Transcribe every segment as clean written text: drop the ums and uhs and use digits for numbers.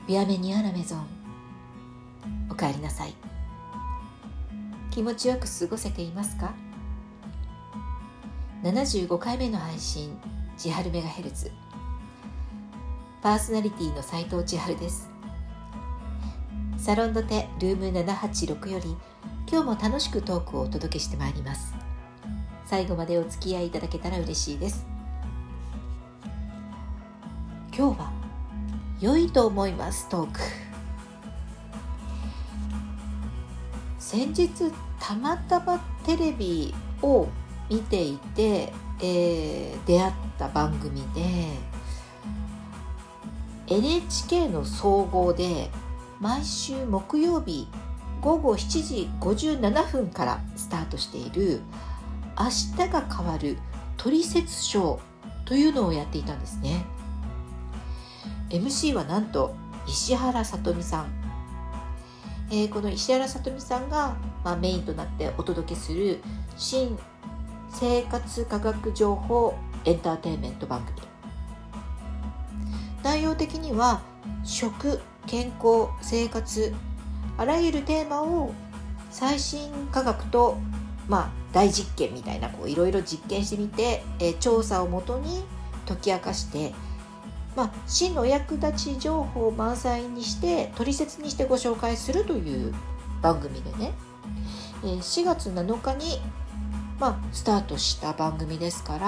ビアメニアラメゾン、おかえりなさい。気持ちよく過ごせていますか？75回目の配信、千春メガヘルツ。パーソナリティの斉藤千春です。サロンドテルーム786より今日も楽しくトークをお届けしてまいります。最後までお付き合いいただけたら嬉しいです。今日は良いと思いますトーク。先日たまたまテレビを見ていて、出会った番組で NHK の総合で毎週木曜日午後7時57分からスタートしている明日が変わるトリセツショーというのをやっていたんですね。 MC はなんと石原さとみさん、この石原さとみさんが、メインとなってお届けする新生活科学情報エンターテインメント番組。内容的には食、健康、生活、あらゆるテーマを最新科学と、大実験みたいないろいろ実験してみて、調査をもとに解き明かして、真のお役立ち情報を満載にしてトリセツにしてご紹介するという番組でね、4月7日に、スタートした番組ですから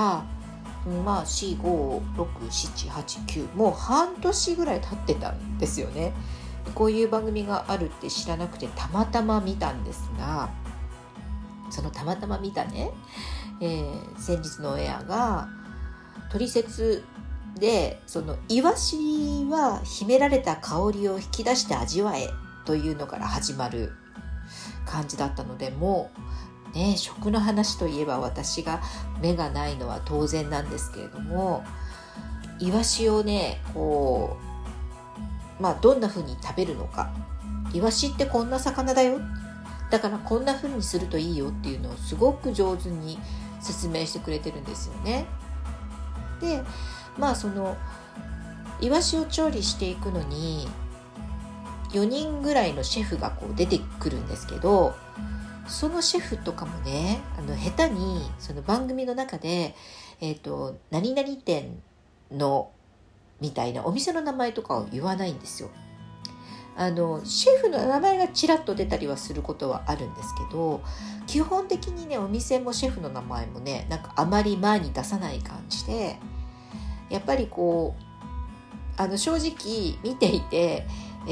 、4、5、6、7、8、9もう半年ぐらい経ってたんですよね。こういう番組があるって知らなくてたまたま見たんですが、そのたまたま見たね、先日のオンエアがトリセツで、そのイワシは秘められた香りを引き出して味わえというのから始まる感じだったので、もうね、食の話といえば私が目がないのは当然なんですけれども、イワシをねどんな風に食べるのか、イワシってこんな魚だよ、だからこんな風にするといいよっていうのをすごく上手に説明してくれてるんですよね。でそのイワシを調理していくのに4人ぐらいのシェフが出てくるんですけど、そのシェフとかもね、下手にその番組の中で、何々店のみたいなお店の名前とかを言わないんですよ。シェフの名前がちらっと出たりはすることはあるんですけど、基本的にね、お店もシェフの名前もね、あまり前に出さない感じで、やっぱり正直見ていて、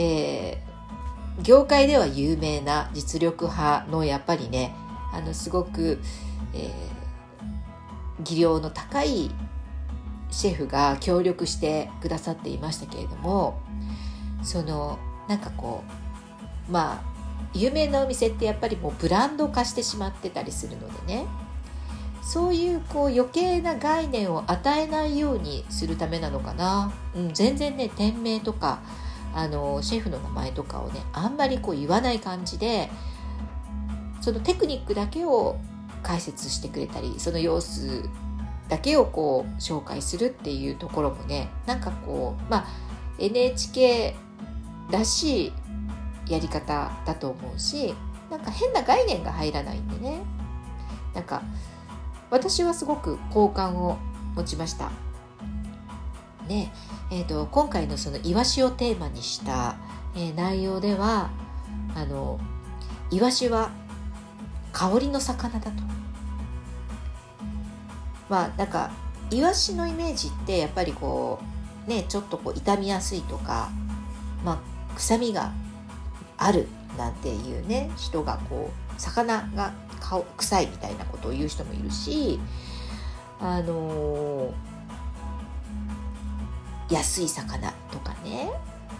業界では有名な実力派のやっぱりね、すごく、技量の高いシェフが協力してくださっていましたけれども、有名なお店ってやっぱりもうブランド化してしまってたりするのでね、そういう余計な概念を与えないようにするためなのかな、全然ね、店名とかシェフの名前とかをね、あんまり言わない感じで、そのテクニックだけを解説してくれたり、その様子だけを紹介するっていうところもね、NHK らしいやり方だと思うし、変な概念が入らないんでね、私はすごく好感を持ちましたね。今回のそのイワシをテーマにした、内容では、イワシは香りの魚だと。イワシのイメージってやっぱりちょっと傷みやすいとか、臭みがあるなんていうね、人が魚が臭いみたいなことを言う人もいるし、安い魚とかね、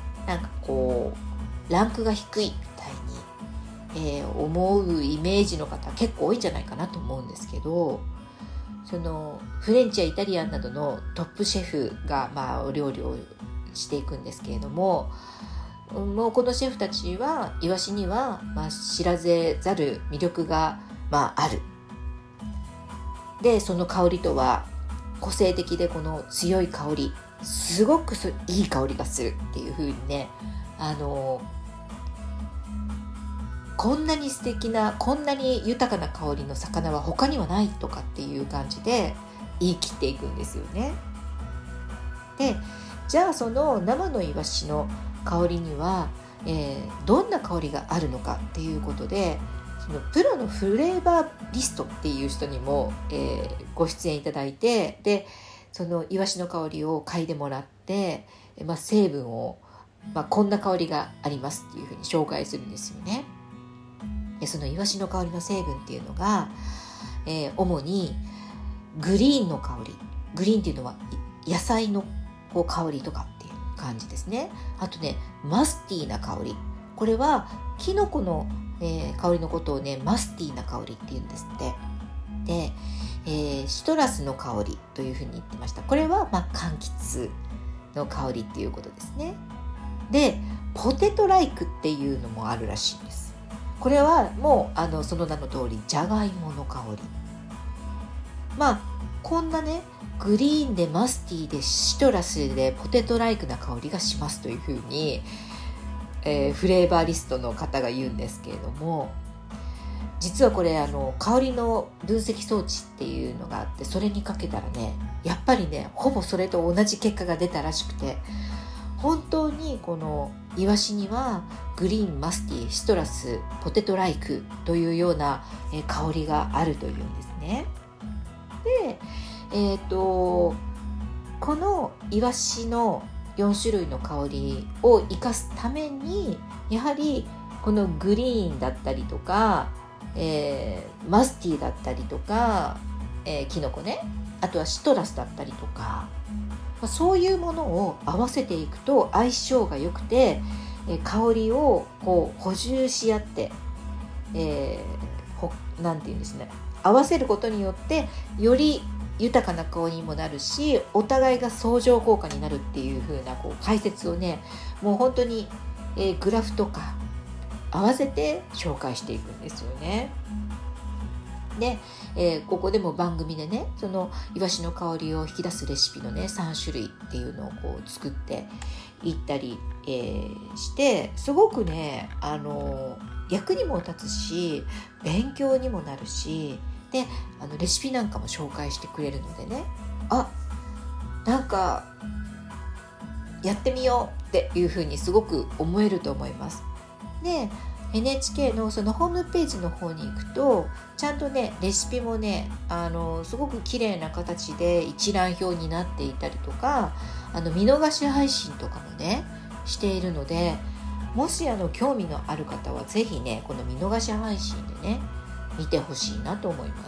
ランクが低いみたいに、思うイメージの方結構多いんじゃないかなと思うんですけど、そのフレンチやイタリアンなどのトップシェフがお料理をしていくんですけれども、もうこのシェフたちはイワシには知られざる魅力がある。でその香りとは個性的でこの強い香りすごくいい香りがするっていう風にね、こんなに素敵な、こんなに豊かな香りの魚は他にはないとかっていう感じで言い切っていくんですよね。で、じゃあその生のイワシの香りには、どんな香りがあるのかっていうことで、そのプロのフレーバーリストっていう人にも、ご出演いただいて、でそのイワシの香りを嗅いでもらって、成分を、こんな香りがありますっていうふうに紹介するんですよね。でそのイワシの香りの成分っていうのが、主にグリーンの香り、グリーンっていうのは野菜の香りとかっていう感じですね。あとね、マスティーな香り、これはキノコの、香りのことをねマスティーな香りっていうんですって。で、シトラスの香りというふうに言ってました。これは柑橘の香りっていうことですね。で、ポテトライクっていうのもあるらしいんです。これはもうその名の通りじゃがいもの香り。こんなね、グリーンでマスティーでシトラスでポテトライクな香りがしますというふうに、フレーバーリストの方が言うんですけれども、実はこれ香りの分析装置っていうのがあって、それにかけたらね、やっぱりねほぼそれと同じ結果が出たらしくて、本当にこのイワシにはグリーン、マスティー、シトラス、ポテトライクというような香りがあるというんですね。で、このイワシの4種類の香りを生かすために、やはりこのグリーンだったりとか、マスティーだったりとか、キノコね、あとはシトラスだったりとか、そういうものを合わせていくと相性が良くて、香りを補充し合って、なんていうんですね、合わせることによってより豊かな香りにもなるし、お互いが相乗効果になるっていう風な解説をね、もう本当に、グラフとか合わせて紹介していくんですよね。で、ここでも番組でね、そのイワシの香りを引き出すレシピのね3種類っていうのを作っていったり、して、すごくね役にも立つし勉強にもなるし、でレシピなんかも紹介してくれるのでね、なんかやってみようっていうふうにすごく思えると思います。で NHK のそのホームページの方に行くと、ちゃんとねレシピもねすごく綺麗な形で一覧表になっていたりとか、見逃し配信とかもねしているので、もし興味のある方はぜひねこの見逃し配信でね見てほしいなと思います。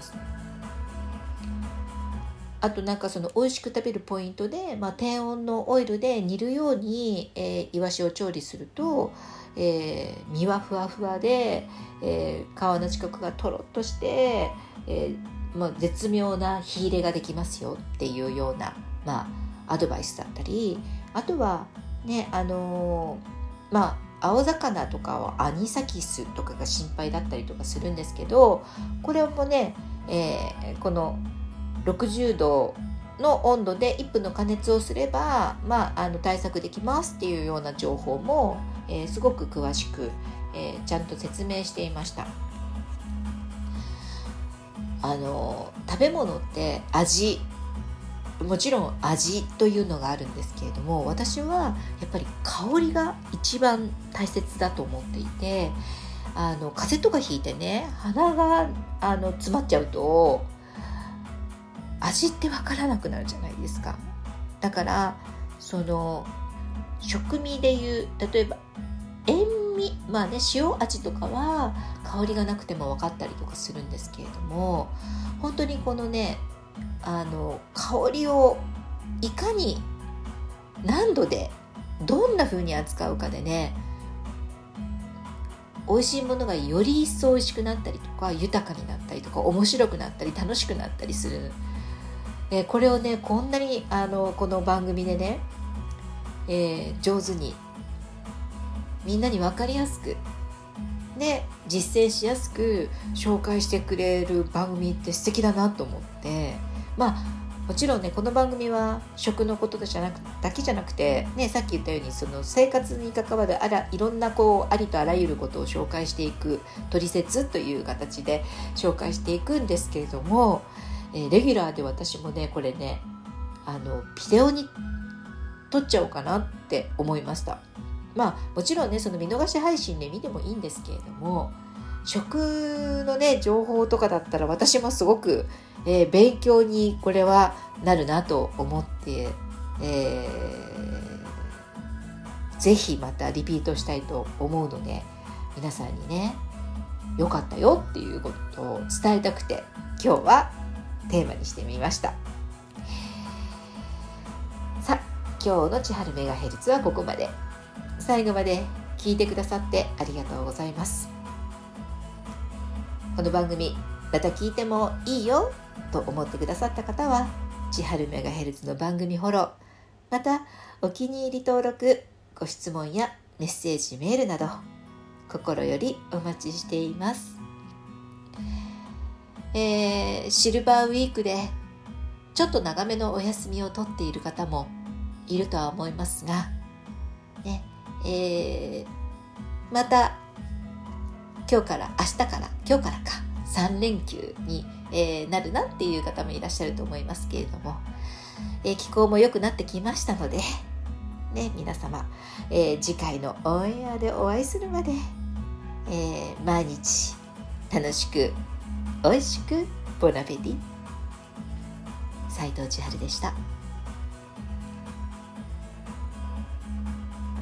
あとその美味しく食べるポイントで、低温のオイルで煮るように、イワシを調理すると、身はふわふわで、皮の近くがとろっとして、絶妙な火入れができますよっていうような、アドバイスだったり、あとはね青魚とかはアニサキスとかが心配だったりとかするんですけど、これもね、この60度の温度で1分の加熱をすれば、対策できますっていうような情報も、すごく詳しく、ちゃんと説明していました。食べ物ってもちろん味というのがあるんですけれども、私はやっぱり香りが一番大切だと思っていて、風邪とかひいてね鼻が詰まっちゃうと味ってわからなくなるじゃないですか。だからその食味でいう例えば塩味、塩味とかは香りがなくても分かったりとかするんですけれども、本当にこのね香りをいかに何度でどんな風に扱うかでね、美味しいものがより一層美味しくなったりとか豊かになったりとか面白くなったり楽しくなったりする。これをねこんなにこの番組でね、上手にみんなに分かりやすくで実践しやすく紹介してくれる番組って素敵だなと思って、 もちろんね、この番組は食のことだけじゃなくて、ね、さっき言ったようにその生活に関わるいろんなありとあらゆることを紹介していくトリセツという形で紹介していくんですけれども、レギュラーで私もねこれねビデオに撮っちゃおうかなって思いました。もちろんねその見逃し配信で見てもいいんですけれども、食のね情報とかだったら私もすごく、勉強にこれはなるなと思って、ぜひまたリピートしたいと思うので、皆さんにね良かったよっていうことを伝えたくて今日はテーマにしてみました。さあ、今日の千春メガヘルツはここまで。最後まで聞いてくださってありがとうございます。この番組また聞いてもいいよと思ってくださった方は、千春メガヘルツの番組フォロー、またお気に入り登録、ご質問やメッセージメールなど心よりお待ちしています。シルバーウィークでちょっと長めのお休みを取っている方もいるとは思いますが、ね、また今日からか3連休に、なるなっていう方もいらっしゃると思いますけれども、気候も良くなってきましたので、ね、皆様、次回のオンエアでお会いするまで、毎日楽しく美味しくボナペティ。斉藤千春でした。